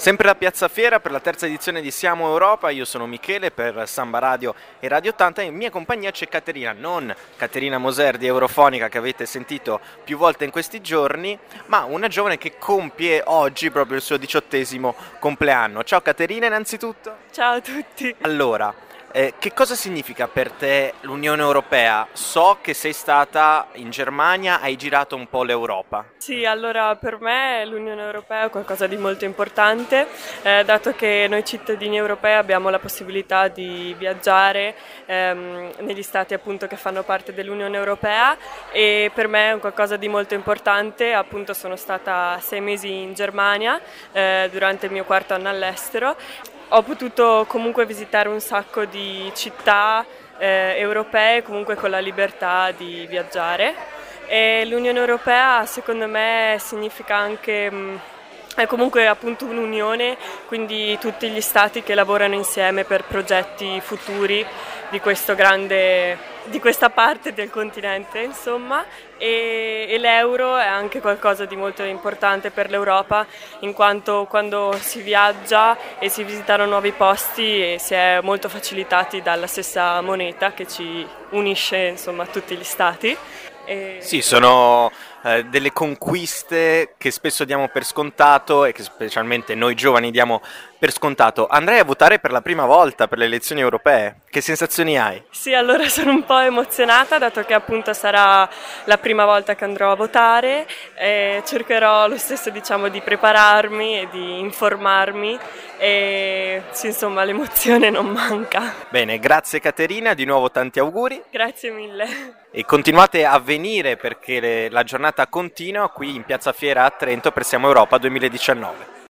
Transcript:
Sempre da Piazza Fiera per la terza edizione di Siamo Europa, io sono Michele per Samba Radio e Radio 80 e in mia compagnia c'è Caterina, non Caterina Moser di Eurofonica che avete sentito più volte in questi giorni, ma una giovane che compie oggi proprio il suo 18° compleanno. Ciao Caterina innanzitutto. Ciao a tutti. Allora, che cosa significa per te l'Unione Europea? So che sei stata in Germania, hai girato un po' l'Europa. Sì, allora per me l'Unione Europea è qualcosa di molto importante, dato che noi cittadini europei abbiamo la possibilità di viaggiare negli stati appunto che fanno parte dell'Unione Europea e per me è un qualcosa di molto importante, appunto sono stata 6 mesi in Germania durante il mio 4º anno all'estero. Ho potuto comunque visitare un sacco di città europee, comunque con la libertà di viaggiare. E l'Unione Europea secondo me significa anche, è comunque appunto un'unione, quindi tutti gli stati che lavorano insieme per progetti futuri di questo di questa parte del continente, insomma, e l'euro è anche qualcosa di molto importante per l'Europa, in quanto quando si viaggia e si visitano nuovi posti si è molto facilitati dalla stessa moneta che ci unisce, insomma, a tutti gli stati. Sì, sono delle conquiste che spesso diamo per scontato e che specialmente noi giovani diamo per scontato. Andrai a votare per la prima volta per le elezioni europee. Che sensazioni hai? Sì, allora sono un po' emozionata dato che appunto sarà la prima volta che andrò a votare e cercherò lo stesso diciamo di prepararmi e di informarmi e sì, insomma l'emozione non manca. Bene, grazie Caterina, di nuovo tanti auguri. Grazie mille. E continuate a venire perché la giornata continua qui in Piazza Fiera a Trento per Siamo Europa 2019.